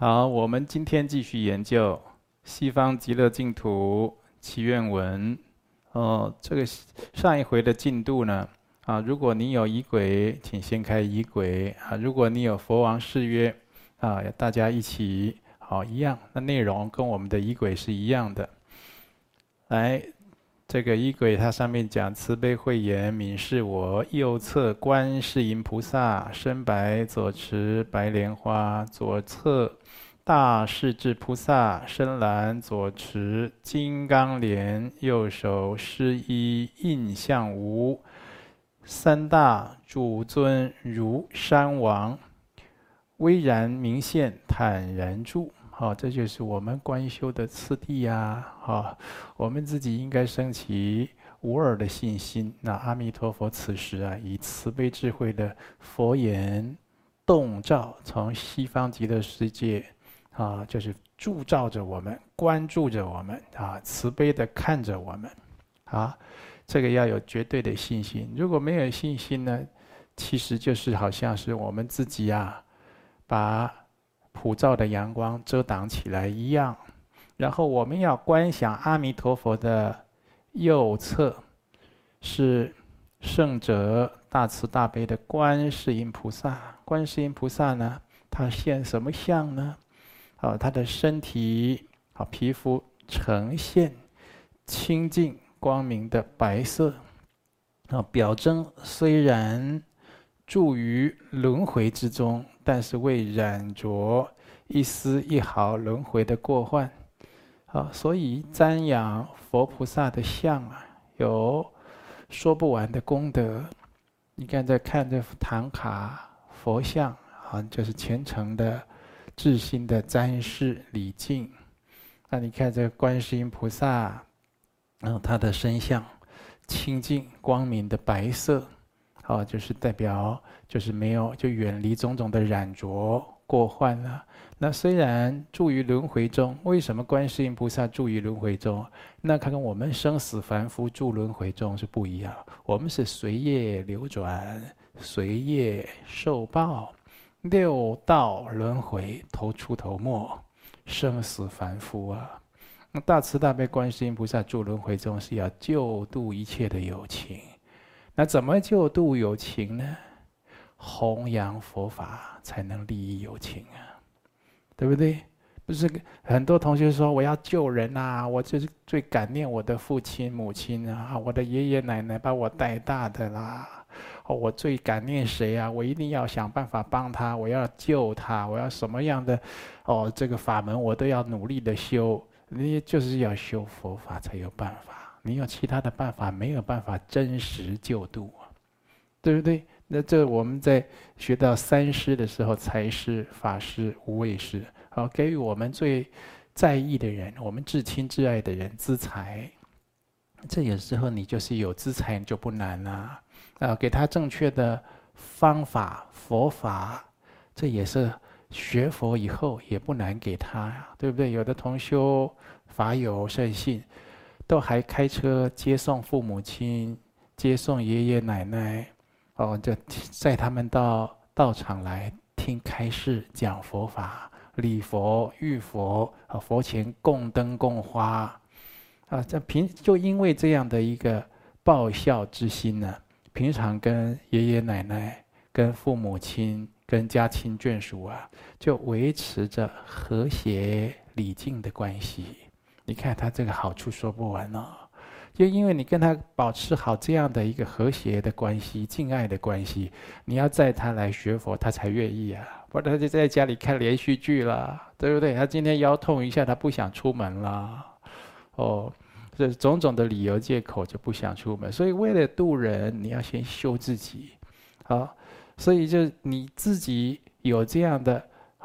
好，我们今天继续研究西方极乐净土祈愿文。这个上一回的进度呢，如果你有仪轨，请先开仪轨啊；如果你有佛王誓约，大家一起一样，那内容跟我们的仪轨是一样的。来，这个仪轨它上面讲慈悲慧眼悯视我，右侧观世音菩萨，身白左持白莲花，左侧大势至菩萨，深蓝左持金刚莲，右手施衣印象无，三大主尊如山王，巍然明现坦然住。这就是我们观修的次第呀。我们自己应该升起无二的信心。那阿弥陀佛此时以慈悲智慧的佛眼洞照，从西方极乐世界就是铸照着我们，关注着我们慈悲的看着我们这个要有绝对的信心。如果没有信心呢，其实就是好像是我们自己把普照的阳光遮挡起来一样。然后我们要观想阿弥陀佛的右侧是圣者大慈大悲的观世音菩萨。观世音菩萨呢，他现什么相呢？他的身体皮肤呈现清净光明的白色表征虽然住于轮回之中，但是未染着一丝一毫轮回的过患所以瞻仰佛菩萨的像有说不完的功德。你看在看这唐卡佛像就是虔诚的至心的瞻视礼敬。那你看这观世音菩萨他的身相清净光明的白色就是代表就是没有，就远离种种的染着过患了。那虽然住于轮回中，为什么观世音菩萨住于轮回中？那看跟我们生死凡夫住轮回中是不一样。我们是随业流转，随业受报，六道轮回，头出头没，生死凡夫那大慈大悲观世音菩萨住轮回中，是要救度一切的有情。那怎么救度有情呢？弘扬佛法才能利益有情对不对？不是很多同学说我要救人我就是最感念我的父亲母亲我的爷爷奶奶把我带大的啦我最感念谁我一定要想办法帮他，我要救他，我要什么样的这个法门我都要努力的修。你就是要修佛法才有办法，你有其他的办法没有办法真实救度对不对？那这我们在学到三施的时候，财施、法施、无畏施给予我们最在意的人，我们至亲至爱的人资财。这有时候你就是有资财就不难给他正确的方法佛法，这也是学佛以后也不难给他对不对？有的同修法友善信，都还开车接送父母亲，接送爷爷奶奶就载他们到道场来听开示讲佛法，礼佛浴佛佛前供灯供花就因为这样的一个报效之心呢，平常跟爷爷奶奶跟父母亲跟家亲眷属就维持着和谐礼敬的关系。你看他这个好处说不完就因为你跟他保持好这样的一个和谐的关系，敬爱的关系，你要载他来学佛他才愿意不然他就在家里看连续剧了对不对？他今天腰痛一下他不想出门了这种种的理由借口就不想出门。所以为了度人，你要先修自己所以就你自己有这样的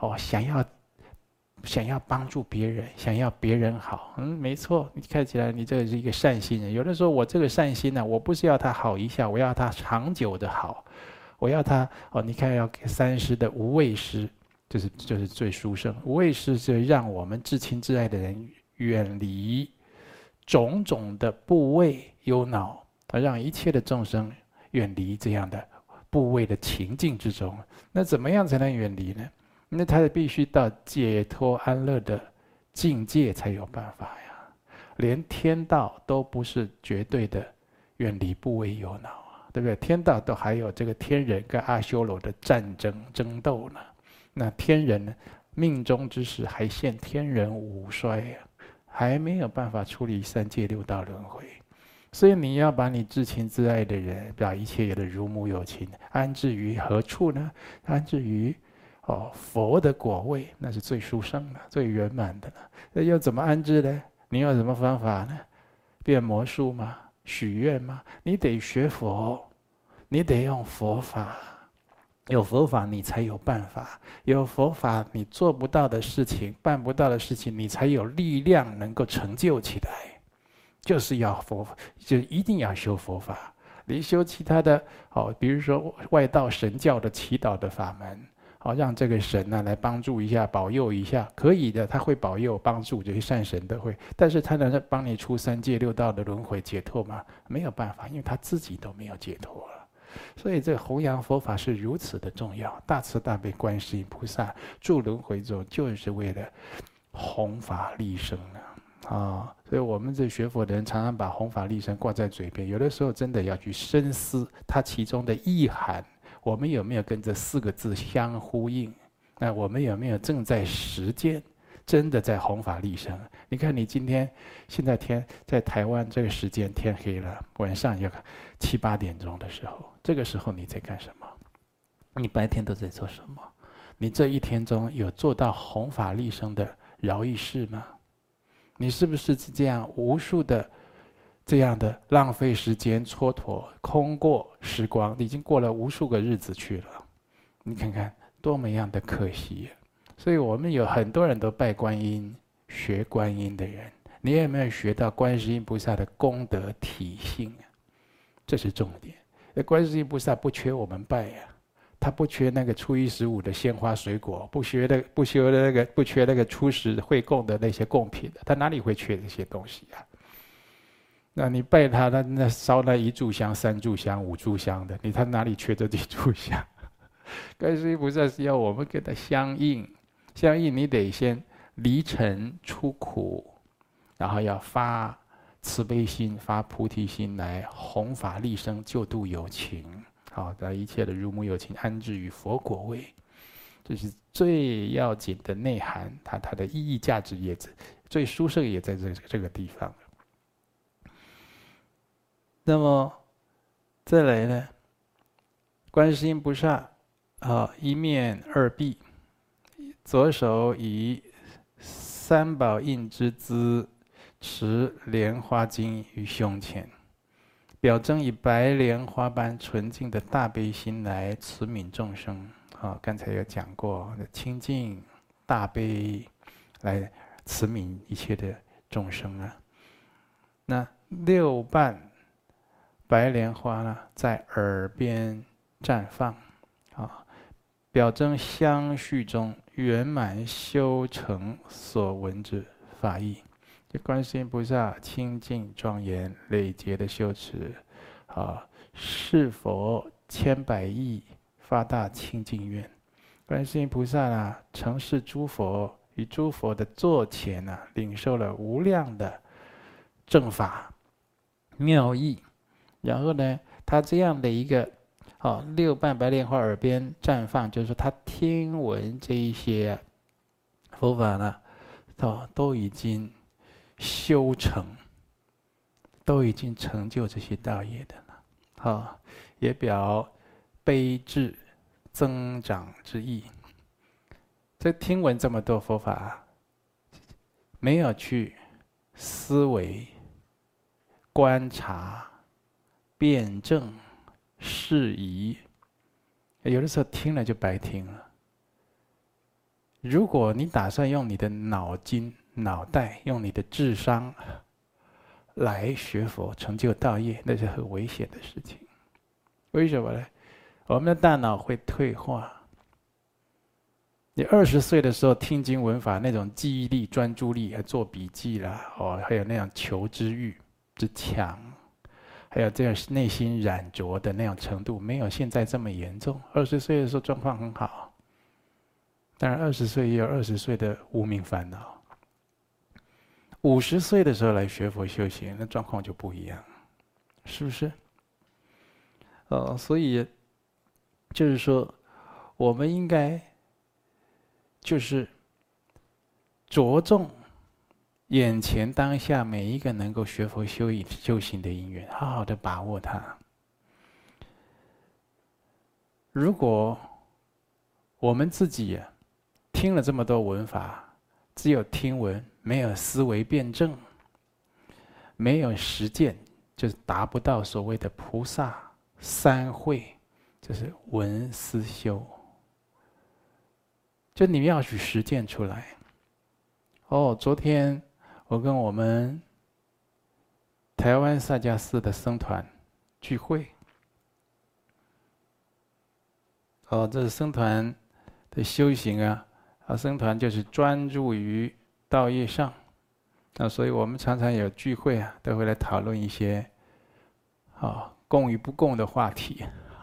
想要帮助别人，想要别人好没错，你看起来你这是一个善心人。有的时候我这个善心我不是要他好一下，我要他长久的好，我要他你看要给三施的无畏施，就是最殊胜。无畏施是让我们至亲至爱的人远离种种的怖畏忧恼让一切的众生远离这样的怖畏的情境之中。那怎么样才能远离呢？ 那他必须到解脱安乐的境界才有办法呀。连天道都不是绝对的远离不为有恼啊，对不对？天道都还有这个天人跟阿修罗的战争争斗呢。那天人呢，命中之时还现天人五衰呀，还没有办法处理三界六道轮回。所以你要把你至亲至爱的人，把一切的如母有情安置于何处呢？安置于佛的果位，那是最殊胜的、最圆满的了。那要怎么安置呢？你有什么方法呢？变魔术吗？许愿吗？你得学佛，你得用佛法。有佛法，你才有办法；有佛法，你做不到的事情、办不到的事情，你才有力量能够成就起来。就是要佛，就一定要修佛法。你修其他的，比如说外道神教的祈祷的法门，让这个神呢来帮助一下、保佑一下，可以的，他会保佑、帮助这些善神都会。但是他能帮你出三界六道的轮回解脱吗？没有办法，因为他自己都没有解脱了。所以这个弘扬佛法是如此的重要。大慈大悲观世音菩萨住轮回中，就是为了弘法利生所以我们这学佛的人常常把弘法利生挂在嘴边，有的时候真的要去深思它其中的意涵。我们有没有跟这4个字相呼应？那我们有没有正在实践，真的在弘法利生？你看，你今天现在天在台湾这个时间天黑了，晚上要7、8点钟的时候，这个时候你在干什么？你白天都在做什么？你这一天中有做到弘法利生的饶益事吗？你是不是这样无数的这样的浪费时间、蹉跎、空过时光，已经过了无数个日子去了？你看看多么样的可惜。所以我们有很多人都拜观音、学观音的人，你有没有学到观世音菩萨的功德体性啊？这是重点。观世音菩萨不缺我们拜呀，他不缺那个初一十五的鲜花水果，不缺那个初十会供的那些贡品的，他哪里会缺这些东西啊？那你拜他，那烧那1炷香、3炷香、5炷香的，他哪里缺这几炷香？观世音菩萨是要我们跟他相应，相应你得先离尘出苦，然后要发慈悲心、发菩提心来弘法利生、救度有情。好，把一切的如母有情安置于佛果位，这是最要紧的内涵。它的意义价值也最殊胜，也在这个地方。那么再来呢，观世音菩萨一面二臂，左手以三宝印之姿持莲花经于胸前，表征以白莲花般纯净的大悲心来慈悯众生。刚才有讲过，清净大悲来慈悯一切的众生啊。那6瓣白莲花呢，在耳边绽放，表征相续中圆满修成所闻之法义。这观世音菩萨清净庄严累劫的修持，是佛千百亿发大清净愿。观世音菩萨承事诸佛，于诸佛的座前领受了无量的正法妙义。然后呢，他这样的一个6瓣白莲花耳边绽放，就是说他听闻这一些佛法呢，都已经修成，都已经成就这些道业的了。也表悲智增长之意。这听闻这么多佛法，没有去思维、观察、辩证、释疑，有的时候听了就白听了。如果你打算用你的脑袋，用你的智商来学佛、成就道业，那是很危险的事情。为什么呢？我们的大脑会退化。你20岁的时候听经闻法，那种记忆力、专注力，做笔记啦，还有那样求知欲之强，还有这样内心染着的那样程度，没有现在这么严重。20岁的时候状况很好， 当然20岁也有20岁的无明烦恼，50岁的时候来学佛修行，那状况就不一样，是不是？所以就是说，我们应该就是着重眼前当下每一个能够学佛修行的因缘，好好的把握它。如果我们自己听了这么多闻法，只有听闻，没有思维辩证，没有实践，就是达不到所谓的菩萨三会，就是闻思修。就你们要去实践出来。昨天我跟我们台湾萨迦寺的僧团聚会。这是僧团的修行僧团就是专注于道业上，所以我们常常有聚会都会来讨论一些共与不共的话题。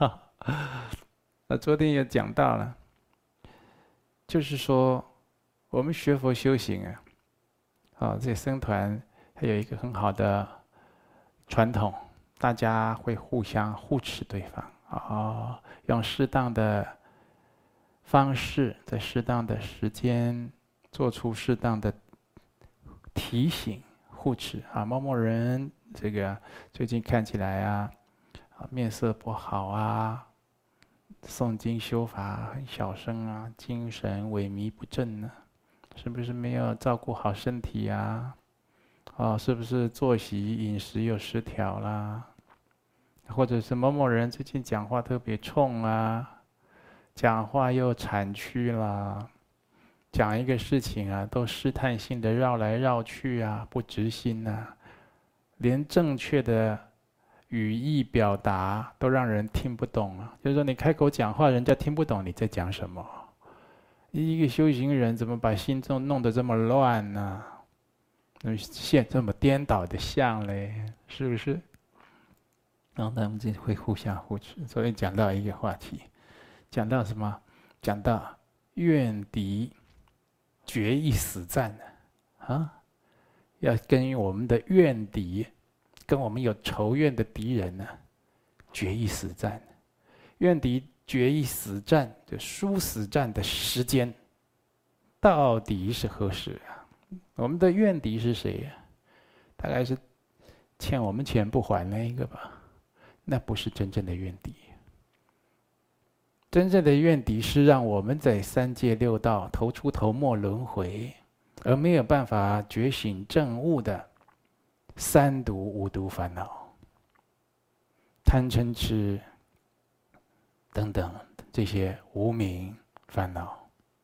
昨天也讲到了，就是说我们学佛修行这僧团还有一个很好的传统，大家会互相护持对方用适当的方式，在适当的时间做出适当的提醒护持某某人这个最近看起来面色不好诵经修法很小声精神萎靡不振是不是没有照顾好身体是不是作息饮食又失调啦？或者是某某人最近讲话特别冲讲话又产区啦，讲一个事情都试探性的绕来绕去不直心连正确的语义表达都让人听不懂就是说你开口讲话，人家听不懂你在讲什么。一个修行人怎么把心中弄得这么乱呢？现这么颠倒的相嘞，是不是？然后他们就会互相护持。所以讲到一个话题，讲到什么？讲到怨敌决一死战要跟我们的怨敌，跟我们有仇怨的敌人决一死战。怨敌决一死战，就殊死战的时间到底是何时我们的怨敌是谁大概是欠我们钱不还那一个吧？那不是真正的怨敌。真正的怨敌是让我们在三界六道头出头没轮回，而没有办法觉醒正悟的三毒五毒烦恼，贪嗔痴等等这些无明烦恼。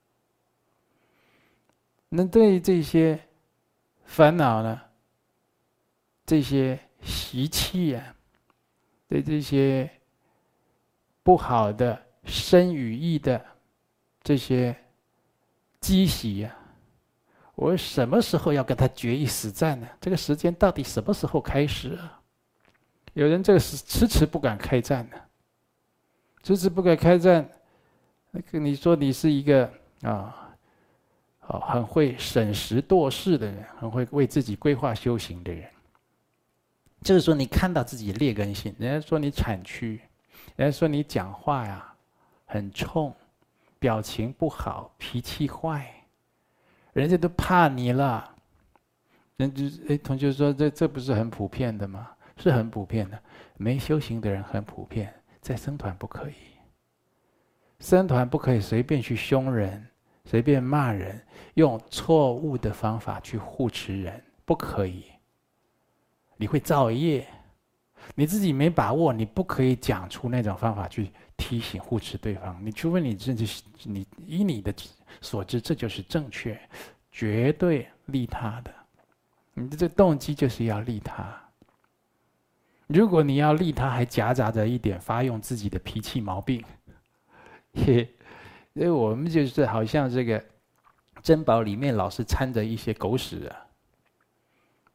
那对于这些烦恼呢，这些习气对这些不好的身语意的这些积习我什么时候要跟他决一死战呢？这个时间到底什么时候开始有人这个是迟迟不敢开战迟迟不敢开战。你说你是一个很会审时度势的人，很会为自己规划修行的人，就是说你看到自己劣根性，人家说你产区，人家说你讲话很冲，表情不好，脾气坏，人家都怕你了。同学说这不是很普遍的吗？是很普遍的，没修行的人很普遍，在僧团不可以。僧团不可以随便去凶人，随便骂人，用错误的方法去护持人，不可以。你会造业，你自己没把握，你不可以讲出那种方法去提醒护持对方。你除非你以你的所知，这就是正确，绝对利他的。你的这动机就是要利他。如果你要利他，还夹杂着一点发用自己的脾气毛病，因为我们就是好像这个珍宝里面老是掺着一些狗屎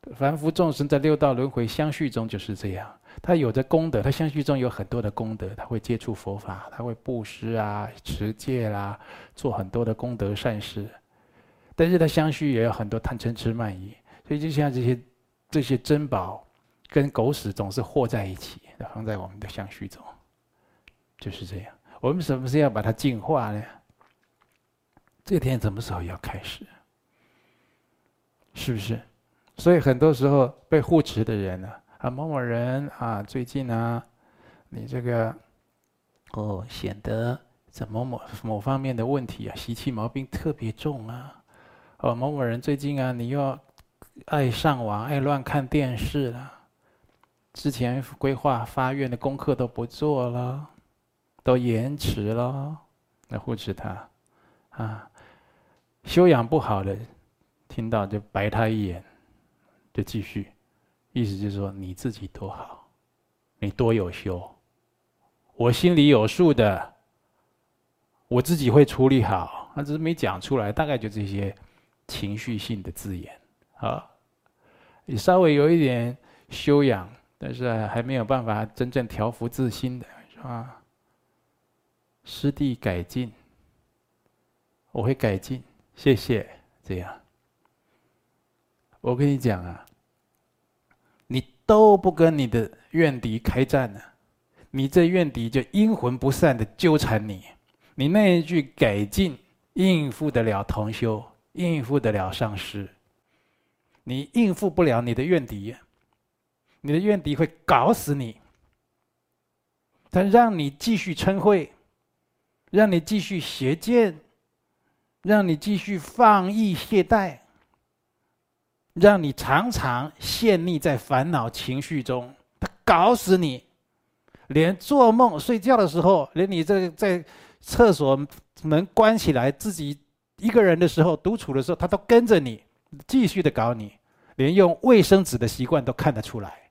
凡夫众生在六道轮回相续中就是这样，他有着功德，他相续中有很多的功德，他会接触佛法，他会布施啊、持戒啦，做很多的功德善事。但是他相续也有很多贪嗔痴慢疑，所以就像这些珍宝跟狗屎总是和在一起，放在我们的相续中，就是这样。我们什么时候要把它净化呢？这天什么时候要开始？是不是？所以很多时候被护持的人啊，某某人啊，最近啊，你这个显得在某方面的问题啊，习气毛病特别重啊。某某人最近啊，你又爱上网，爱乱看电视了，之前规划发愿的功课都不做了，都延迟了，来护持他啊。修养不好的，听到就白他一眼，就继续，意思就是说你自己多好，你多有修，我心里有数的，我自己会处理好。他只是没讲出来，大概就这些情绪性的字眼啊。你稍微有一点修养，但是还没有办法真正调伏自心的，是吧？师弟改进，我会改进，谢谢。这样，我跟你讲啊，你都不跟你的怨敌开战呢，你这怨敌就阴魂不散的纠缠你。你那一句改进，应付得了同修，应付得了上师，你应付不了你的怨敌，你的怨敌会搞死你。他让你继续嗔恚，让你继续邪见，让你继续放逸懈怠，让你常常陷溺在烦恼情绪中，他搞死你。连做梦睡觉的时候，连你在厕所门关起来自己一个人的时候，独处的时候，他都跟着你，继续的搞你，连用卫生纸的习惯都看得出来，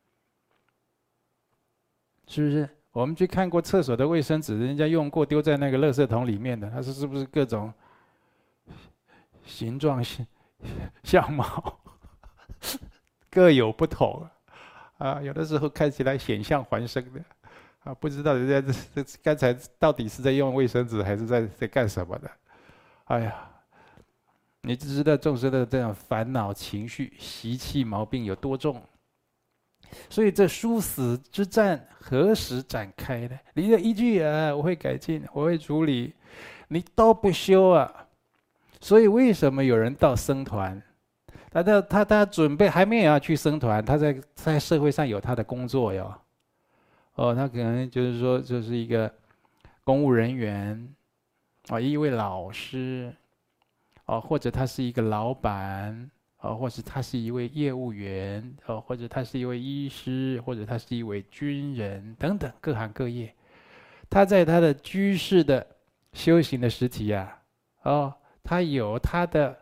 是不是？我们去看过厕所的卫生纸，人家用过丢在那个垃圾桶里面的，他说是不是各种形状相貌各有不同啊？有的时候看起来险象环生的啊，不知道人家这刚才到底是在用卫生纸还是在干什么的？哎呀，你只知道众生的这样烦恼情绪、习气毛病有多重。所以这殊死之战何时展开呢？你的一句我会改进，我会处理，你都不修啊。所以为什么有人到僧团，他准备还没有要去僧团，他在社会上有他的工作哟。他可能就是说就是一个公务人员，一位老师，或者他是一个老板。或者他是一位业务员，或者他是一位医师，或者他是一位军人等等，各行各业。他在他的居士的修行的时期他有他的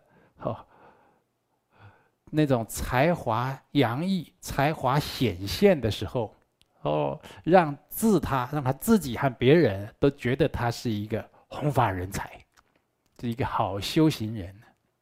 那种才华洋溢、才华显现的时候，让他自己和别人都觉得他是一个弘法人才，是一个好修行人。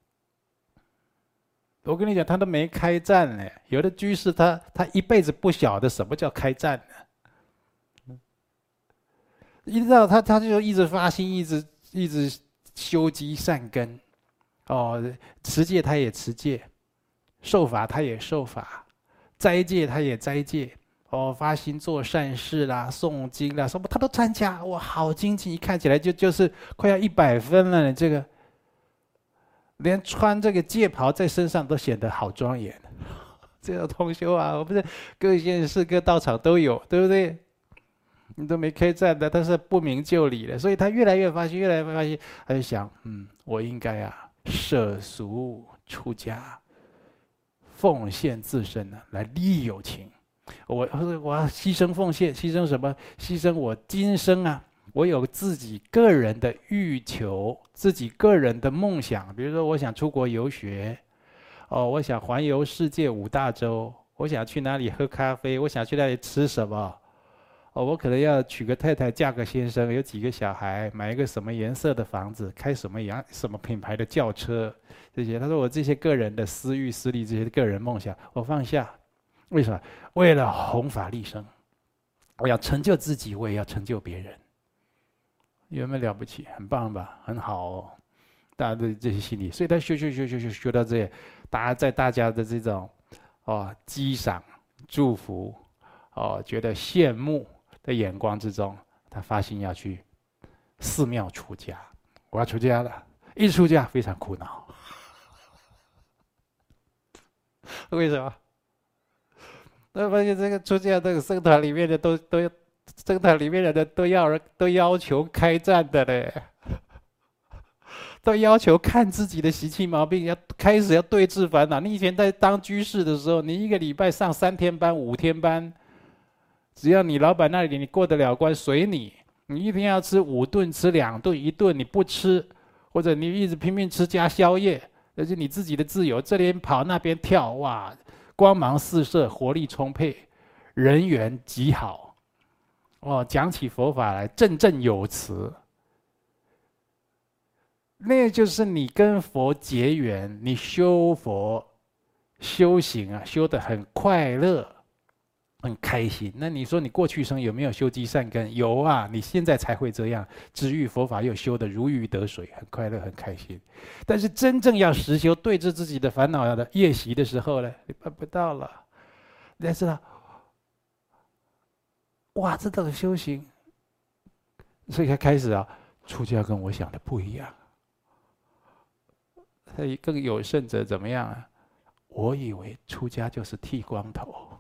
我跟你讲，他都没开战呢。有的居士他一辈子不晓得什么叫开战呢。一直到他就一直发心，一直修积善根。持戒他也持戒，受法他也受法，斋戒他也斋戒。发心做善事啦，诵经啦，什么他都参加。哇，好精进，一看起来就是快要100分了。你这个。连穿这个戒袍在身上都显得好庄严，这种同修啊，我不是各县市各道场都有，对不对？你都没开战的，但是不明就里了，所以他越来越发心，他就想，我应该舍俗出家，奉献自身来利益有情。我要牺牲奉献，牺牲什么？牺牲我今生我有自己个人的欲求，自己个人的梦想，比如说我想出国游学，我想环游世界5大洲，我想去哪里喝咖啡，我想去哪里吃什么， 哦，我可能要娶个太太，嫁个先生，有几个小孩，买一个什么颜色的房子，开什么品牌的轿车，这些。他说我这些个人的私欲、私利，这些个人梦想，我放下。为什么？为了弘法利生，我要成就自己，我也要成就别人。有没有了不起？很棒吧？很好哦。大家的这些心理，所以他修到这，大家的这种激赏、祝福，觉得羡慕的眼光之中，他发心要去寺庙出家。我要出家了，一出家非常苦恼。为什么？他发现这个出家这个僧团里面的僧团里面的人都要求开战的嘞。都要求看自己的习气毛病，开始要对治烦恼。你以前在当居士的时候，你一个礼拜上3天班、5天班，只要你老板那里你过得了关，随你。你一天要吃5顿，吃2顿，1顿你不吃，或者你一直拼命吃加宵夜，那是你自己的自由。这边跑那边跳，哇，光芒四射，活力充沛，人缘极好。讲起佛法来振振有词。那就是你跟佛结缘，你修佛、修行啊，修得很快乐、很开心。那你说你过去生有没有修积善根？有啊，你现在才会这样，知遇佛法又修得如鱼得水，很快乐、很开心。但是真正要实修、对治自己的烦恼的业习的时候呢，你办不到了。你才知道，哇，这种修行，所以才开始啊，出家跟我想的不一样。更有甚者怎么样啊？我以为出家就是剃光头。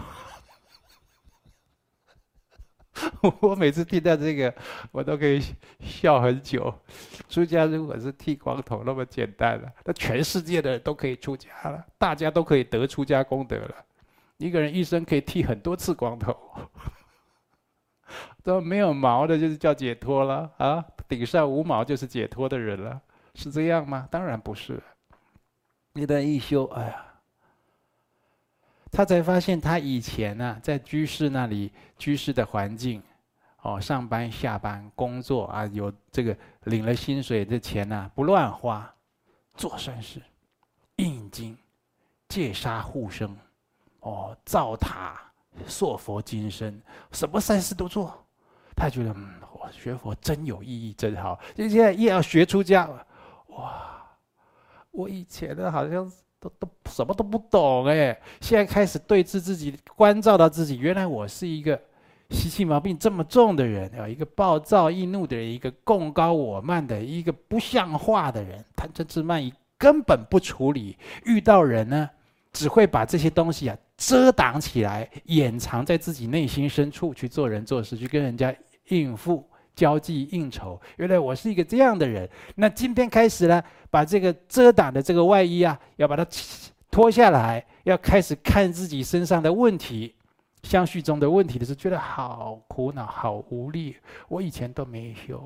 我每次听到这个，我都可以笑很久。出家如果是剃光头那么简单了，那全世界的人都可以出家了，大家都可以得出家功德了。一个人一生可以剃很多次光头，都没有毛的，就是叫解脱了啊！顶上无毛就是解脱的人了。是这样吗？当然不是。一旦一修，哎呀，他才发现他以前呢、在居士那里，居士的环境，上班下班工作啊，有这个领了薪水的钱呢、不乱花，做善事，印经、戒杀护生，造塔、塑佛金身，什么善事都做。他觉得，我学佛真有意义，真好。现在也要学出家了。哇！我以前呢好像都什么都不懂哎，现在开始对治自己，关照到自己，原来我是一个习气毛病这么重的人啊，一个暴躁易怒的人，一个贡高我慢的，一个不像话的人，贪嗔痴慢疑根本不处理，遇到人呢，只会把这些东西啊遮挡起来，掩藏在自己内心深处，去做人做事，去跟人家应付。交际应酬，原来我是一个这样的人。那今天开始呢，把这个遮挡的这个外衣啊，要把它脱下来，要开始看自己身上的问题，相续中的问题的时候，觉得好苦恼、好无力。我以前都没修。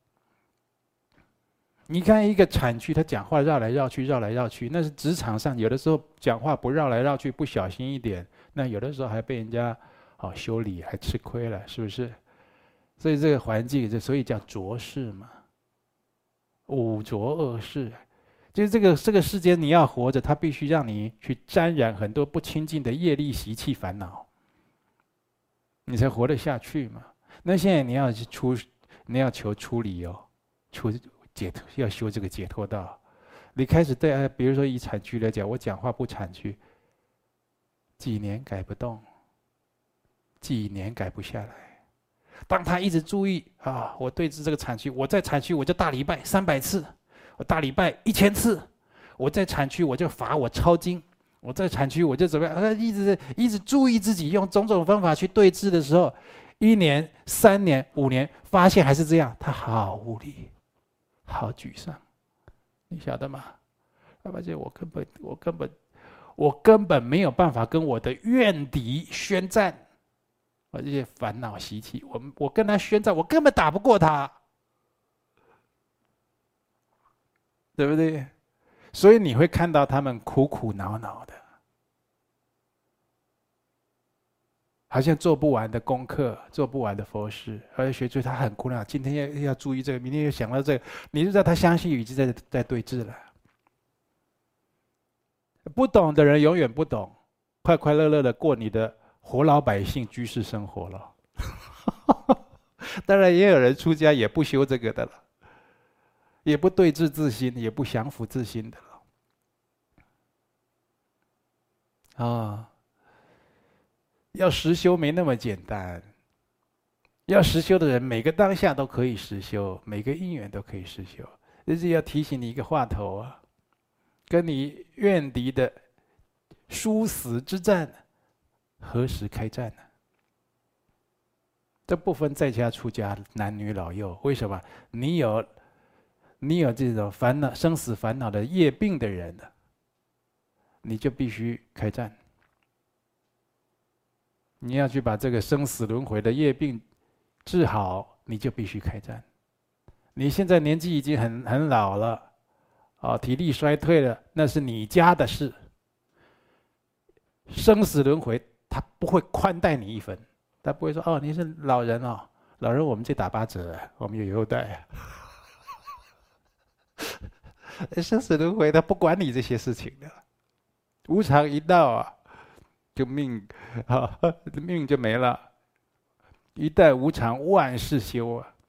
你看一个产区，他讲话绕来绕去，绕来绕去，那是职场上有的时候讲话不绕来绕去，不小心一点，那有的时候还被人家修理，还吃亏了，是不是？所以这个环境，所以叫浊世嘛，五浊恶世，就是这个世间你要活着，它必须让你去沾染很多不清净的业力习气烦恼，你才活得下去嘛。那现在你要求出离出解脱，要修这个解脱道。你开始对比如说以产区来讲，我讲话不产区，几年改不动，几年改不下来。当他一直注意啊，我对治这个产区，我在产区我就大礼拜300次，我大礼拜1000次，我在产区我就罚我抄经，我在产区我就怎么样，一直注意自己，用种种方法去对治的时候，1年、3年、5年，发现还是这样，他好无力，好沮丧，你晓得吗？他发现我根本没有办法跟我的怨敌宣战。这些烦恼习气，我跟他宣战，我根本打不过他，对不对？所以你会看到他们苦苦恼恼的， 好像做不完的功课，做不完的佛事，而且学出他很苦恼，今天要注意这个，明天又想到这个，你就知道他相信已经在对峙了。不懂的人永远不懂，快快乐乐的过你的活老百姓居士生活了。当然也有人出家也不修这个的了，也不对治自心，也不降伏自心的了。啊，要实修没那么简单。要实修的人，每个当下都可以实修，每个因缘都可以实修。这是要提醒你一个话头啊，跟你怨敌的殊死之战，何时开战呢？这不分在家出家、男女老幼，为什么？你有这种烦恼、生死烦恼的业病的人呢，你就必须开战。你要去把这个生死轮回的业病治好，你就必须开战。你现在年纪已经很老了，体力衰退了，那是你家的事。生死轮回，他不会宽待你一分，他不会说哦，你是老人哦，老人我们再打8折，我们有优待。生死轮回，他不管你这些事情的，无常一到啊，就命就没了。一旦无常，万事休啊。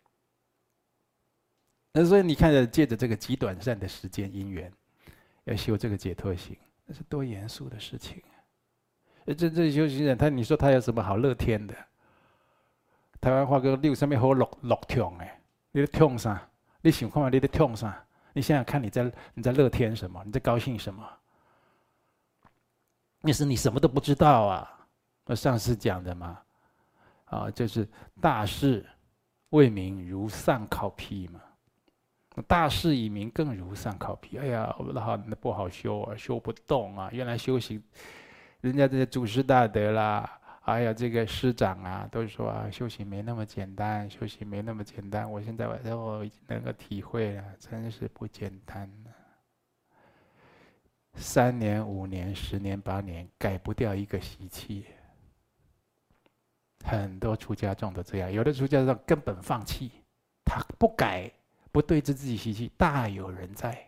那所以你看着借着这个极短暂的时间因缘，要修这个解脱行，那是多严肃的事情啊！真正修行人，你说他有什么好乐天的？台湾话讲，你有什么好乐痛哎？你在痛啥？你想看嘛？你在痛啥？你想想看，你在乐天什么？你在高兴什么？那是你什么都不知道啊！我上次讲的嘛，就是大事为民如丧考妣嘛。大事以民更如丧考妣。哎呀，那不好修啊，修不动啊！原来修行，人家这些祖师大德啦，还有这个师长啊，都说啊，修行没那么简单，修行没那么简单。我现在我已经能够体会了，真是不简单了。3年、5年、10年、8年，改不掉一个习气。很多出家众都这样，有的出家众根本放弃，他不改。不对治自己习气，大有人在。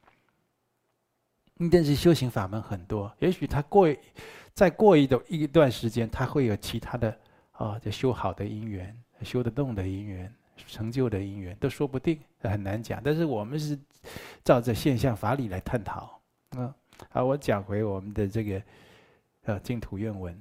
但是修行法门很多，也许他再过一段时间，他会有其他的就修好的因缘，修得动的因缘，成就的因缘，都说不定，很难讲。但是我们是照着现象法理来探讨。好，我讲回我们的这个净土愿文。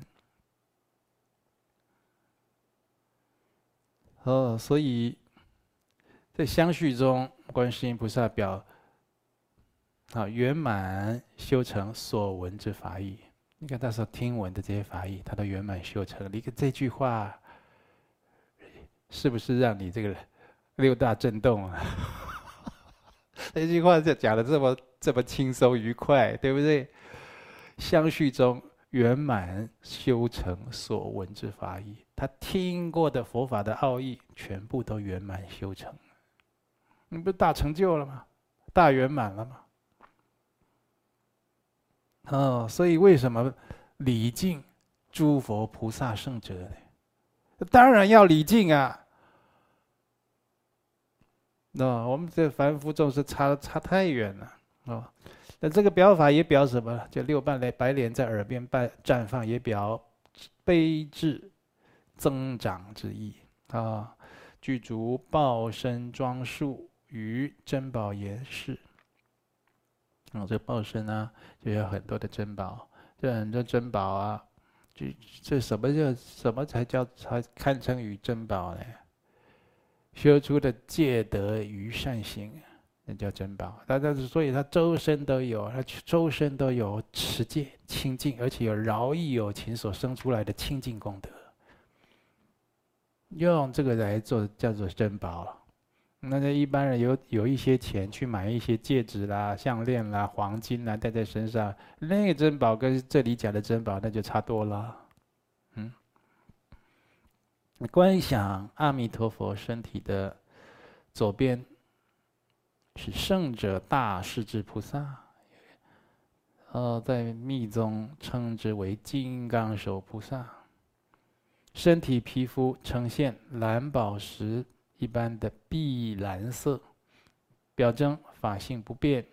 所以。在相续中，观世音菩萨表圆满修成所闻之法义。你看他所听闻的这些法义，他都圆满修成。你看这句话，是不是让你这个6大震动啊？这句话就讲的这么轻松愉快，对不对？相续中圆满修成所闻之法义，他听过的佛法的奥义，全部都圆满修成。你不是大成就了吗？大圆满了吗？所以为什么礼敬诸佛菩萨圣者呢？当然要礼敬啊！我们这凡夫众生差太远了那这个表法也表什么？就6白莲在耳边绽放，也表悲智增长之意具足报身装束。于珍宝严饰，这报身啊，就有很多的珍宝，这很多珍宝啊，这什么才堪称于珍宝呢？修出的戒德与善行，那叫珍宝。所以他周身都有持戒清净，而且有饶益有情所生出来的清净功德，用这个来做叫做珍宝。那一般人有一些钱去买一些戒指啦、项链啦、黄金啦戴在身上，那个珍宝跟这里讲的珍宝那就差多了。观想阿弥陀佛身体的左边是圣者大势至菩萨，在密宗称之为金刚手菩萨。 身体皮肤呈现蓝宝石一般的碧蓝色，表征法性不变。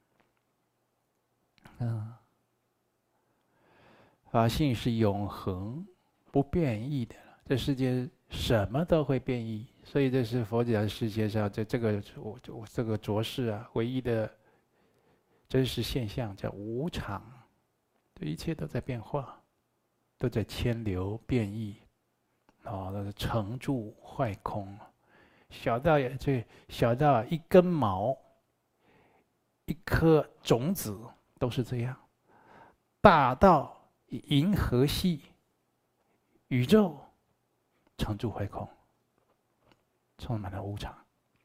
法性是永恒不变异的，这世界什么都会变异，所以这是佛讲世界上这个浊世啊，唯一的真实现象叫无常，一切都在变化，都在迁流变异，那是成住坏空，小到一根毛、一颗种子都是这样，大到银河系、宇宙，成住坏空，充满了无常。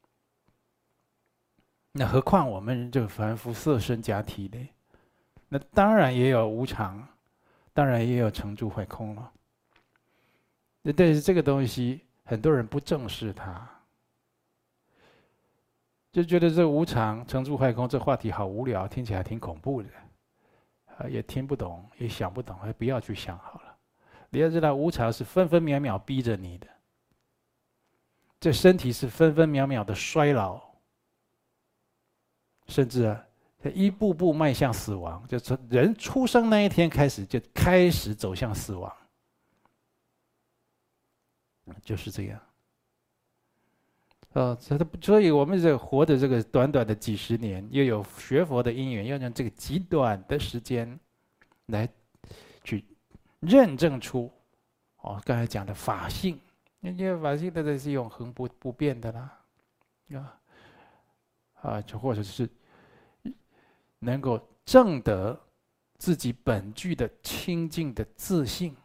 那何况我们这个凡夫色身假体呢？那当然也有无常，当然也有成住坏空了。但是这个东西，很多人不正视它，就觉得这无常、成住坏空这话题好无聊，听起来挺恐怖的，也听不懂，也想不懂，还不要去想好了。你要知道，无常是分分秒秒逼着你的，这身体是分分秒秒的衰老，甚至一步步迈向死亡，就从人出生那一天开始，就开始走向死亡，就是这样。所以我们这活的这个短短的几十年，又有学佛的因缘，要用这个极短的时间来去认证出刚才讲的法性，因为法性的是永恒不变的啦，就或者是能够证得自己本具的清净的自性，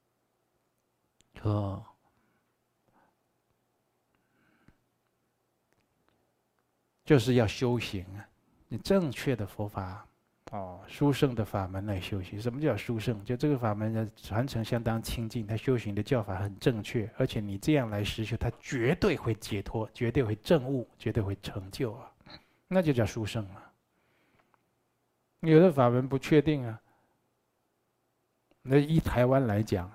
就是要修行啊，你正确的佛法殊胜的法门来修行。什么叫殊胜？就这个法门的传承相当清净，它修行的教法很正确，而且你这样来实修，它绝对会解脱，绝对会证悟，绝对会成就啊，那就叫殊胜啊。有的法门不确定啊，那以台湾来讲，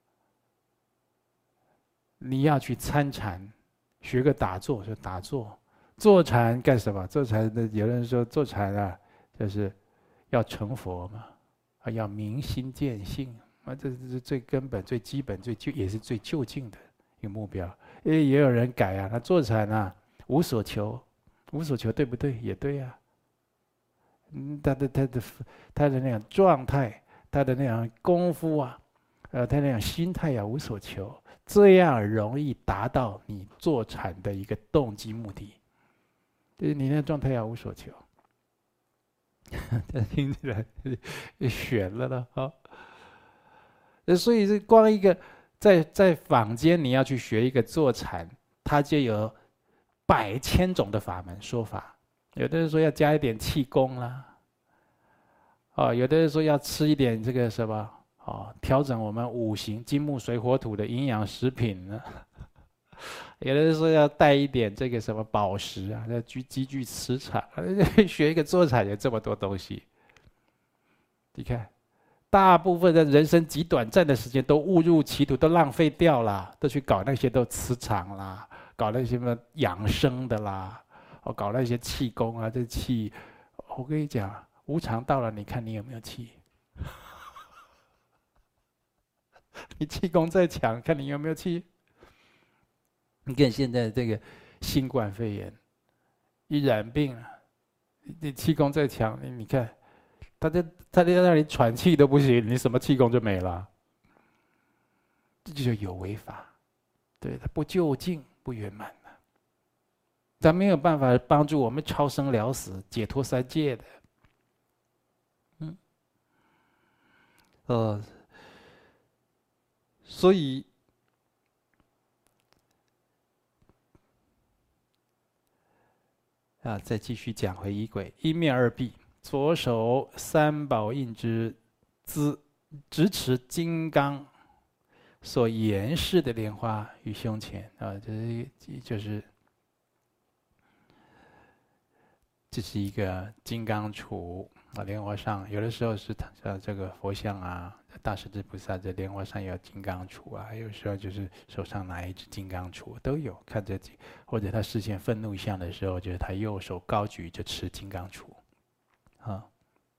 你要去参禅，学个打坐就打坐。坐禅干什么？坐禅的有人说坐禅啊，就是要成佛嘛，要明心见性这是最根本、最基本、也是最就近的一个目标。也有人改啊，他坐禅啊，无所求，无所求对不对？也对啊。他的那样状态，他的那样功夫啊，他那样心态啊，无所求，这样容易达到你坐禅的一个动机目的。就是你那状态要无所求，这听起来悬了了所以是光一个在坊间你要去学一个坐禅，它就有100千种的法门说法。有的人说要加一点气功啦，有的人说要吃一点这个什么调整我们五行金木水火土的营养食品呢。有的人说要带一点这个什么宝石啊，要积聚磁场，学一个坐禅有这么多东西。你看，大部分的人生极短暂的时间都误入歧途，都浪费掉了，都去搞那些都磁场啦，搞那些什么养生的啦，搞那些气功啊，这气，我跟你讲，无常到了，你看你有没有气？你气功再强，看你有没有气？你看现在这个新冠肺炎一染病了，你气功再强，你看他在那里喘气都不行，你什么气功就没了，这就有违法，对，他不究竟不圆满的，他没有办法帮助我们超生了死、解脱三界的，所以。再继续讲回仪轨，一面二臂，左手三宝印之姿，直持金刚所严饰的莲花于胸前这是一个金刚杵啊，莲花上有的时候是这个佛像啊，大势至菩萨这莲花上有金刚杵啊，有时候就是手上拿一只金刚杵都有。看这几，或者他视线愤怒相的时候，就是他右手高举着持金刚杵，啊，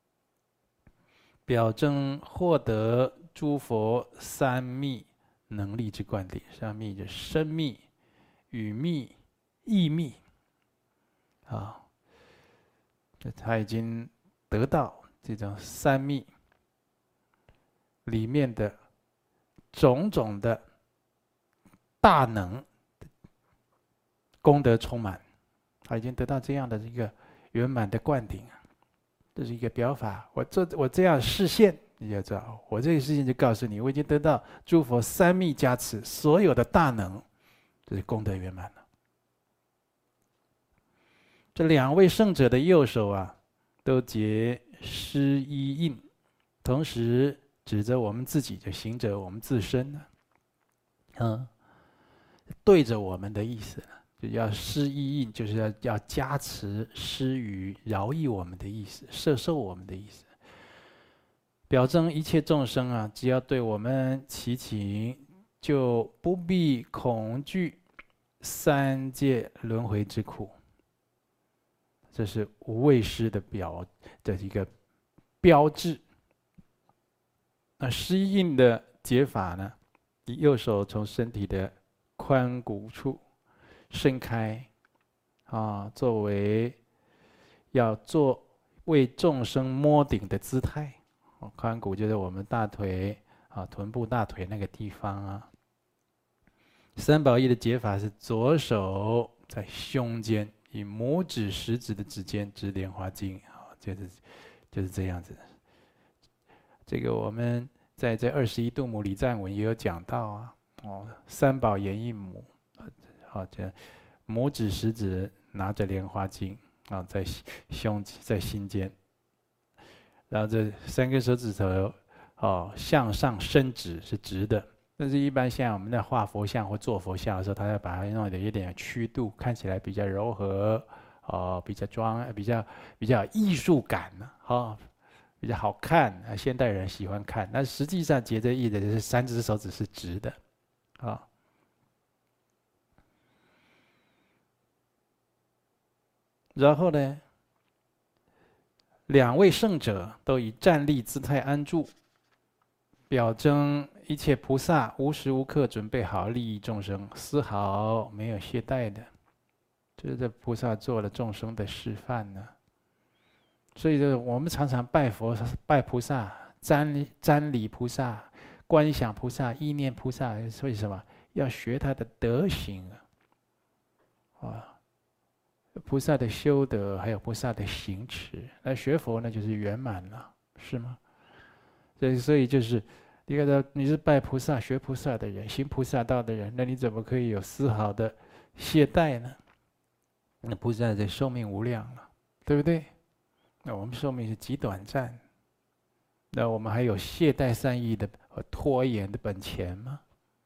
表征获得诸佛三密能力之灌顶。三密就是身密、语密、意密，啊，他已经得到这种三密里面的种种的大能功德充满，他已经得到这样的一个圆满的灌顶。这是一个表法，我这样示现，你就知道，我这个示现就告诉你，我已经得到诸佛三密加持，所有的大能，这是功德圆满了。这两位圣者的右手啊，都结施一印，同时指着我们自己，就行者我们自身呢，对着我们的意思呢，就要施一印，就是要加持、施予、饶益我们的意思，摄受我们的意思，表征一切众生啊，只要对我们祈请，就不必恐惧三界轮回之苦。这是无畏施的一个标志。那施印的解法呢？右手从身体的髋骨处伸开，作为要做为众生摸顶的姿态。髋骨就是我们大腿臀部大腿那个地方啊。三宝义的解法是左手在胸间，以拇指、食指的指尖指莲花经，就是这样子。这个我们在这21度母礼赞文也有讲到啊。三宝言一母，这拇指、食指拿着莲花经啊，在心间，然后这三根手指头向上伸直是直的。但是，一般像我们在画佛像或做佛像的时候，他要把它弄得有点曲度，看起来比较柔和，比较艺术感呢，比较好看。现代人喜欢看。那实际上结着印的就是三只手指是直的，然后呢，两位圣者都以站立姿态安住，表征一切菩萨无时无刻准备好利益众生，丝毫没有懈怠的。这是菩萨做了众生的示范呢。所以我们常常拜佛、拜菩萨、瞻礼菩萨、观想菩萨、意念菩萨，为什么？要学他的德行菩萨的修德，还有菩萨的行持。那学佛呢，就是圆满了，是吗？所以就是，你是拜菩萨、学菩萨的人，行菩萨道的人，那你怎么可以有丝毫的懈怠呢？那菩萨的寿命无量了，对不对？那我们寿命是极短暂，那我们还有懈怠善意的和拖延的本钱吗？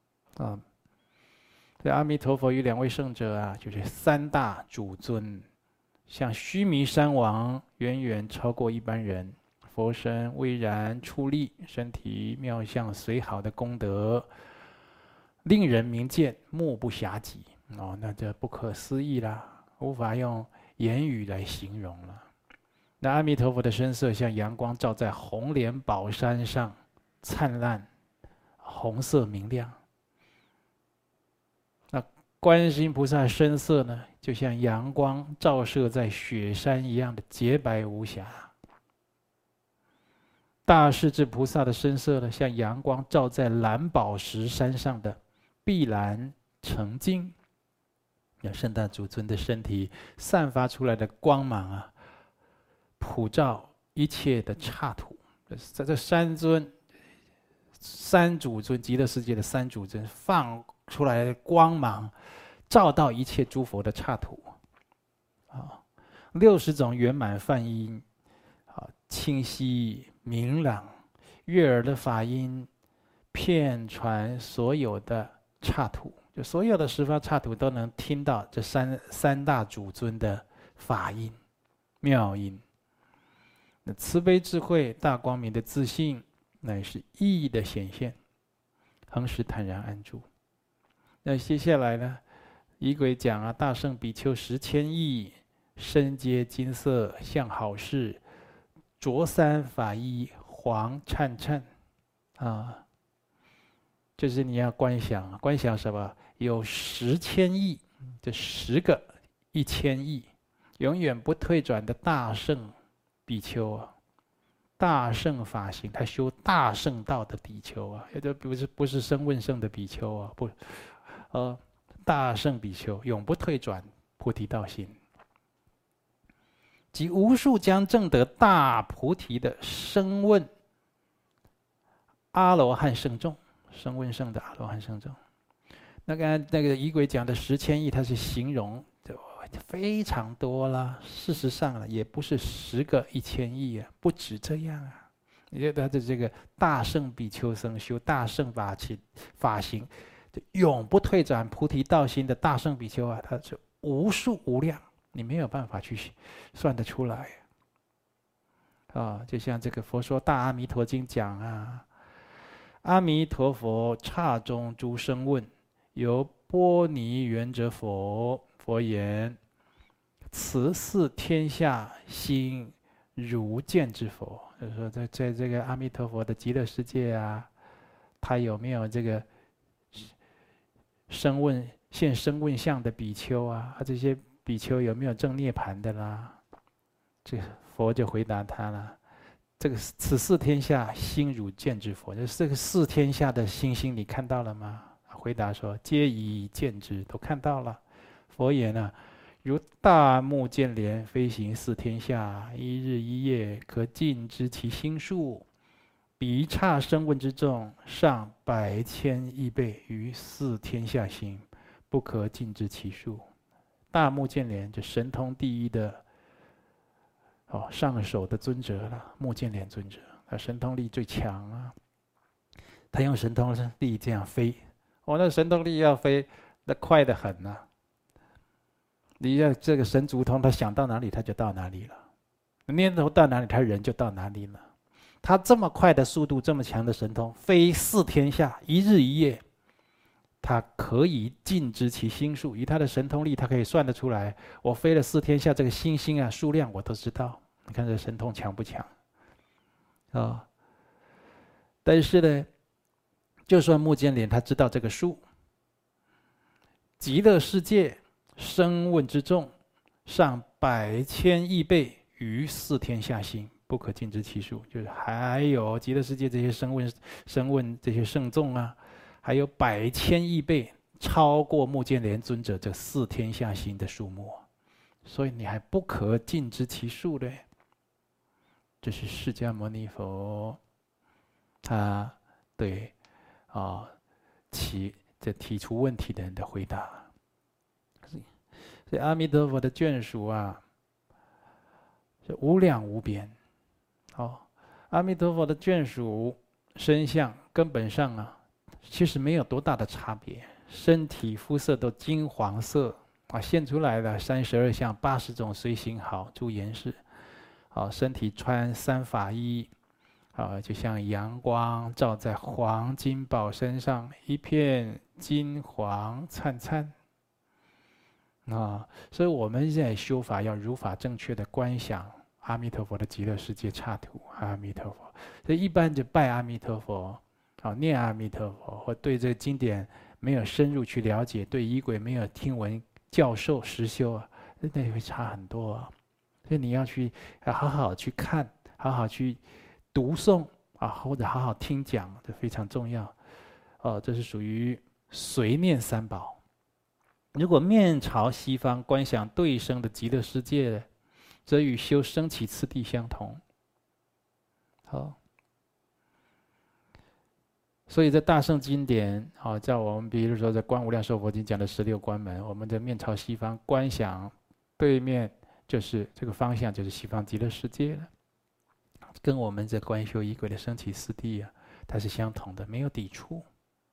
这阿弥陀佛与两位圣者啊，就是三大主尊，像须弥山王远远超过一般人。佛身巍然矗立，身体妙相随好的功德，令人明见，目不暇及。那这不可思议啦，无法用言语来形容了。那阿弥陀佛的身色像阳光照在红莲宝山上，灿烂红色明亮。那观世音菩萨身色呢，就像阳光照射在雪山一样的洁白无瑕。大势至菩萨的身色呢，像阳光照在蓝宝石山上的碧蓝澄净。圣大主尊的身体散发出来的光芒啊，普照一切的刹土。在这三主尊，极乐世界的三主尊放出来的光芒，照到一切诸佛的刹土。60种圆满梵音，清晰明朗，悦耳的法音，遍传所有的刹土，就所有的十方刹土都能听到这三大主尊的法音、妙音。 那慈悲智慧、大光明的自信，乃是意义的显现，恒时坦然安住。那接下来呢，仪轨讲啊，大圣比丘10,000亿，身皆金色，相好视，着三法衣，黄灿灿，啊，就是你要观想，观想什么？有10,000亿，这10个1,000亿，永远不退转的大圣比丘啊，大圣法行，他修大圣道的比丘啊，也就不是声闻圣的比丘啊，不，大圣比丘永不退转菩提道心，即无数将证得大菩提的声闻阿罗汉圣众，声闻圣的阿罗汉圣众。那个仪轨讲的10,000亿，它是形容非常多啦。事实上呢，也不是10个1,000亿啊，不止这样啊。你觉得他的这个大圣比丘僧修大圣法行，永不退转菩提道心的大圣比丘啊，他是无数无量，你没有办法去算得出来啊。就像这个佛说《大阿弥陀经》讲啊，阿弥陀佛刹中诸声闻，由波尼缘者佛言：此四天下心如见之佛。就是说在这个阿弥陀佛的极乐世界啊，他有没有这个现声闻相的比丘啊？这些比丘有没有证涅盘的啦？这佛就回答他了：这个此四天下心如见之佛，就是这个4天下的星星，你看到了吗？回答说：皆已见之，都看到了。佛言啊，如大目犍连飞行4天下，一日一夜，可尽知其心数。彼刹声闻之众，上100千亿倍于4天下心，不可尽知其数。大目犍连就神通第一的上首的尊者了，目犍连尊者，他神通力最强啊。他用神通力这样飞，那神通力要飞，那快得很啊。你要这个神足通，他想到哪里他就到哪里了，念头到哪里他人就到哪里了。他这么快的速度，这么强的神通，飞4天下，一日一夜，他可以尽知其心数。以他的神通力，他可以算得出来，我飞了4天下，这个星星啊数量我都知道。你看这神通强不强啊？但是呢，就算目犍连他知道这个数，极乐世界声闻之众，上100千亿倍于4天下心，不可尽知其数。就是还有极乐世界这些声闻这些圣众啊，还有100千亿倍超过目犍连尊者这4天下心的数目，所以你还不可尽知其数的。这是释迦牟尼佛他对提出问题的人的回答。所以阿弥陀佛的眷属啊，是无量无边。阿弥陀佛的眷属身相根本上啊，其实没有多大的差别，身体肤色都金黄色现出来的32相80种随行好诸颜饰。身体穿3法衣，就像阳光照在黄金宝身上，一片金黄灿灿。所以我们现在修法要如法正确的观想阿弥陀佛的极乐世界刹土，阿弥陀佛。所以一般就拜阿弥陀佛，念阿弥陀佛，或对这个经典没有深入去了解，对仪轨没有听闻教授实修那会差很多所以你要去好好去看，好好去读诵或者好好听讲，这非常重要。这是属于随念三宝。如果面朝西方观想对生的极乐世界，则与修升起次第相同。所以在大圣经典在我们比如说在《观无量寿佛经》讲的16关门，我们的面朝西方观想对面就是这个方向，就是西方极乐世界了，跟我们在观修仪轨的升起次第它是相同的，没有抵触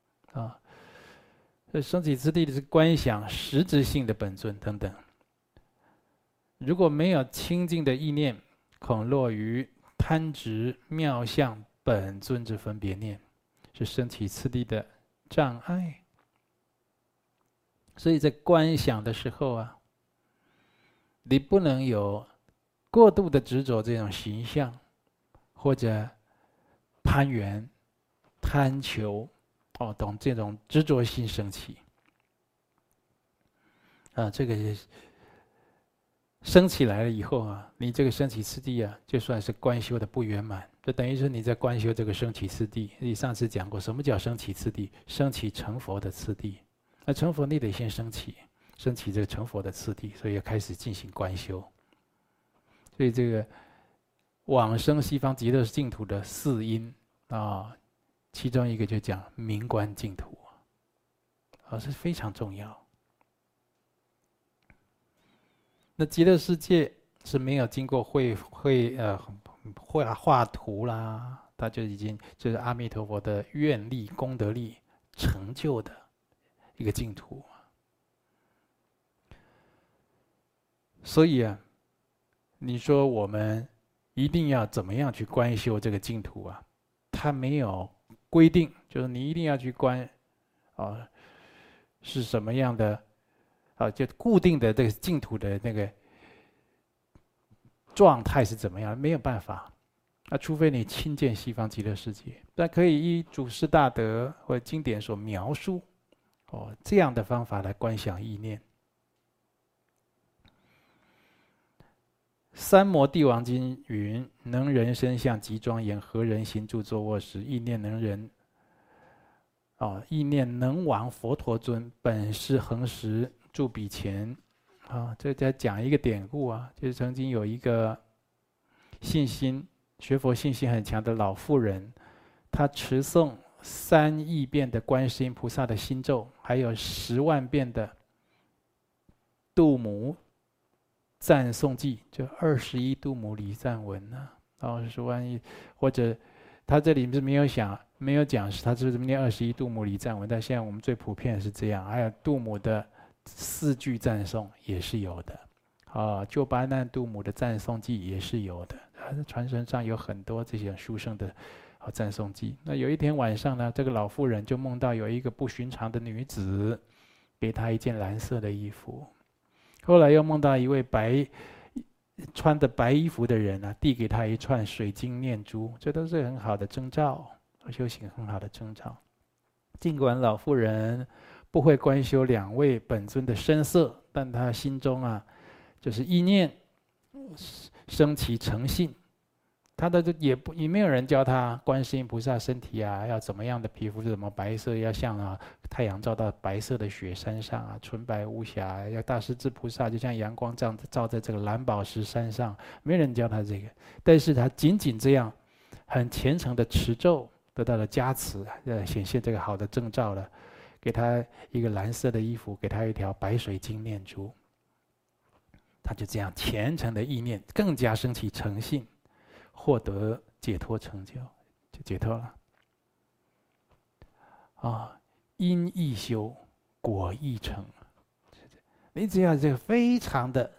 所以升起次第的是观想实质性的本尊等等。如果没有清净的意念，恐落于贪执妙相本尊之分别念，是升起次第的障碍。所以在观想的时候啊，你不能有过度的执着这种形象，或者攀缘、贪求，等这种执着心升起。这个升起来了以后啊，你这个升起次第啊，就算是观修的不圆满，就等于是你在观修这个升起次第。你上次讲过，什么叫升起次第？升起成佛的次第。那成佛你得先升起这个成佛的次第，所以要开始进行观修。所以这个往生西方极乐净土的四因啊，其中一个就讲明观净土是非常重要。那极乐世界是没有经过画图啦，它就已经就是阿弥陀佛的愿力、功德力成就的一个净土。所以啊，你说我们一定要怎么样去观修这个净土啊？它没有规定，就是你一定要去观是什么样的就固定的这个净土的那个状态是怎么样？没有办法除非你亲见西方极乐世界，但可以依祖师大德或经典所描述这样的方法来观想意念。三摩地王经云：能人身相极庄严，何人行住坐卧时，意念能人意念能亡佛陀尊，本师恒时住彼前。这在讲一个典故就是曾经有一个学佛信心很强的老妇人，她持诵3亿遍的观世音菩萨的心咒，还有10万遍的度母赞颂记，就21度母礼赞文10万亿，或者他这里是没有讲是他是念21度母礼赞文，但现在我们最普遍是这样，还有度母的4句赞颂也是有的，救巴难度母的赞颂记也是有的，传承上有很多这些殊胜的赞颂记。那有一天晚上呢，这个老妇人就梦到有一个不寻常的女子，给她一件蓝色的衣服。后来又梦到一位穿着白衣服的人递给他一串水晶念珠，这都是很好的征兆，修行很好的征兆。尽管老妇人不会观修2位本尊的身色，但他心中就是意念升起诚信。他的也没有人教他观世音菩萨身体要怎么样的皮肤是怎么白色，要像太阳照到白色的雪山上纯白无瑕，要大势至菩萨就像阳光这样照在这个蓝宝石山上，没人教他这个。但是他仅这样很虔诚的持咒，得到了加持，显现这个好的征兆了，给他一个蓝色的衣服，给他一条白水晶念珠。他就这样虔诚的意念，更加升起诚信，获得解脱成就，就解脱了。因易修，果易成。你只要这个非常的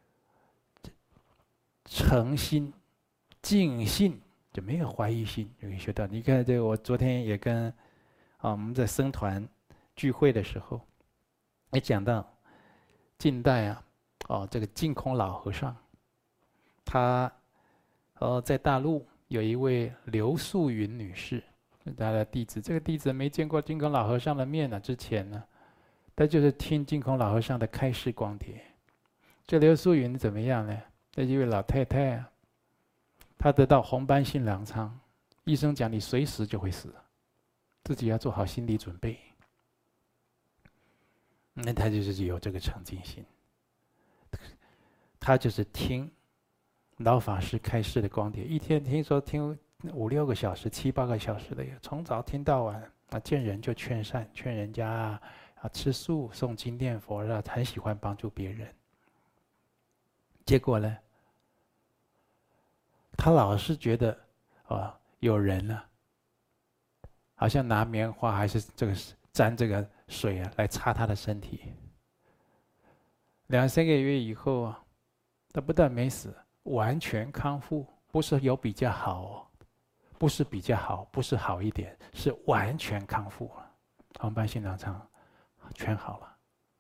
诚心、尽信，就没有怀疑心，就可以学到。你看这个，我昨天也跟我们在僧团聚会的时候，也讲到近代这个净空老和尚，他在大陆有一位刘素云女士，是他的弟子。这个弟子没见过净空老和尚的面之前呢，他就是听净空老和尚的开示光碟。这刘素云怎么样呢？这一位老太太她得到红斑性狼疮，医生讲你随时就会死，自己要做好心理准备。那他就是有这个诚敬心，他就是听老法师开示的光碟，一天听说听5、6个小时、7、8个小时的，从早听到晚见人就劝善，劝人家吃素、诵经念佛，很喜欢帮助别人。结果呢，他老是觉得有人好像拿棉花还是沾这个水来擦他的身体。2、3个月以后他不但没死，完全康复， 不是有比较好哦，不是比较好，不是好一点，是完全康复了，红斑性狼疮全好了。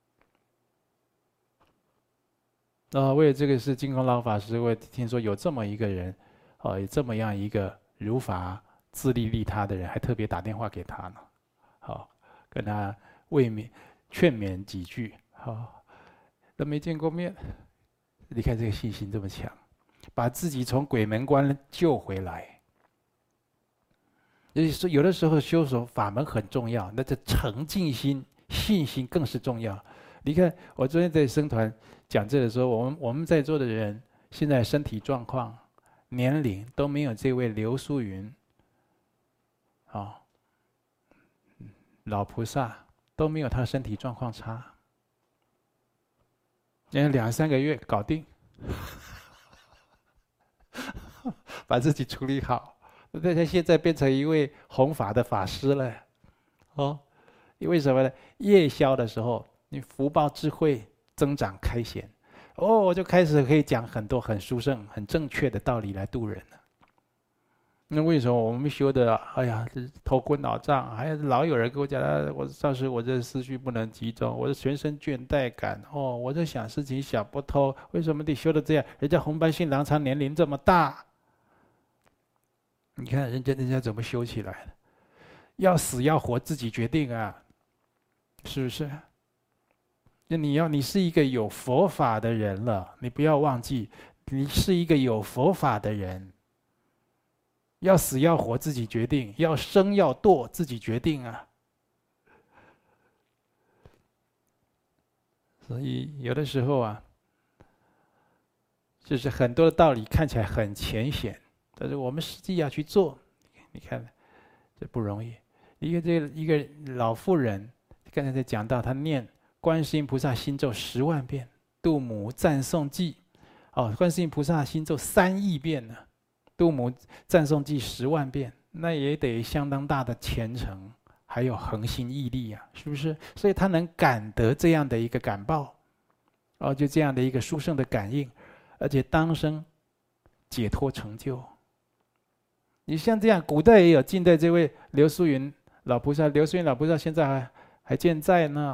为了这个事，净空老法师，我听说有这么一个人，有这么样一个如法自利利他的人，还特别打电话给他呢，跟他慰勉、劝勉几句，都没见过面，你看这个信心这么强，把自己从鬼门关救回来。也就是说，有的时候修手法门很重要，那这诚敬心、信心更是重要。你看，我昨天在僧团讲这的时候，我们在座的人现在身体状况、年龄都没有这位刘素云，老菩萨都没有他身体状况差，人家2-3个月搞定，把自己处理好。但他现在变成一位弘法的法师了，因为什么呢？夜宵的时候，你福报智慧增长开显，我就开始可以讲很多很殊胜、很正确的道理来度人了。那为什么我们修的，头昏脑胀，还老有人跟我讲，我上次我这思绪不能集中，我的全身倦怠感，我在想事情想不透，为什么你修的这样？人家红斑性狼疮年龄这么大，你看人家怎么修起来的？要死要活自己决定啊，是不是？那你是一个有佛法的人了，你不要忘记，你是一个有佛法的人。要死要活自己决定，要生要堕自己决定啊。所以有的时候啊，就是很多的道理看起来很浅显，但是我们实际要去做，你看这不容易。一个老妇人，刚才在讲到她念观世音菩萨心咒10万遍，度母赞颂偈，观世音菩萨心咒3亿遍呢。度母赞颂偈10万遍，那也得相当大的虔诚，还有恒心毅力啊，是不是？所以他能感得这样的一个感报，就这样的一个殊胜的感应，而且当生解脱成就。你像这样，古代也有，近代这位刘素云老菩萨，刘素云老菩萨现在还健在呢，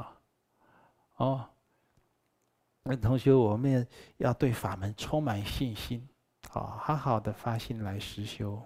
那同学，我们要对法门充满信心。好好的发心来实修，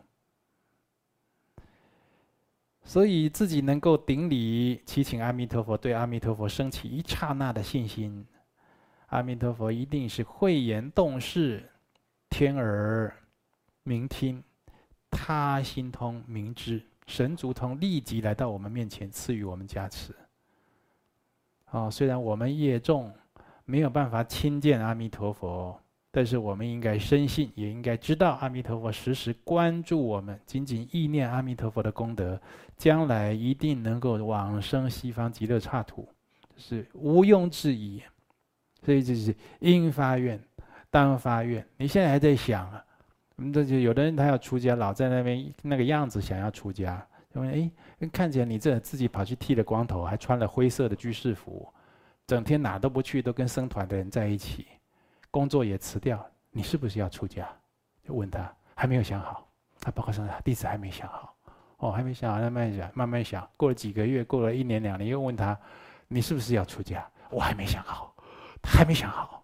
所以自己能够顶礼祈请阿弥陀佛，对阿弥陀佛升起一刹那的信心，阿弥陀佛一定是慧眼洞视，天耳明听，他心通明知，神足通立即来到我们面前赐予我们加持。虽然我们业重，没有办法亲见阿弥陀佛，但是我们应该深信，也应该知道阿弥陀佛时时关注我们，仅仅意念阿弥陀佛的功德，将来一定能够往生西方极乐刹土，是毋庸置疑。所以就是应发愿，当发愿。你现在还在想啊，这就有的人他要出家，老在那边那个样子想要出家，因为看起来你这自己跑去剃了光头，还穿了灰色的居士服，整天哪都不去，都跟僧团的人在一起。工作也辞掉，你是不是要出家？就问他，还没有想好。他报告上弟子还没想好，还没想好，慢慢想。过了几个月，过了1年2年，又问他，你是不是要出家？我还没想好，他还没想好。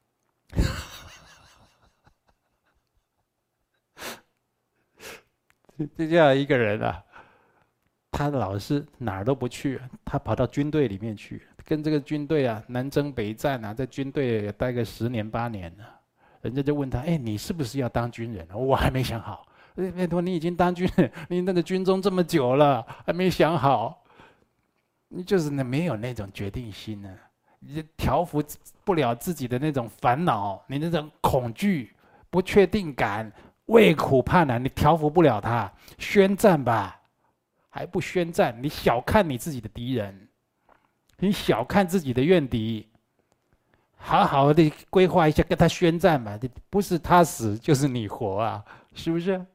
就这样一个人啊，他老是哪儿都不去，他跑到军队里面去。跟这个军队啊南征北战啊，在军队也待个10年8年了，人家就问他，你是不是要当军人？我还没想好。拜托，你已经当军人，你那个军中这么久了，还没想好，你就是没有那种决定心呢，你调服不了自己的那种烦恼，你那种恐惧、不确定感、畏苦怕难，你调服不了他，宣战吧，还不宣战，你小看你自己的敌人。你小看自己的怨敌，好好的规划一下，跟他宣战吧。不是他死就是你活啊，是不是？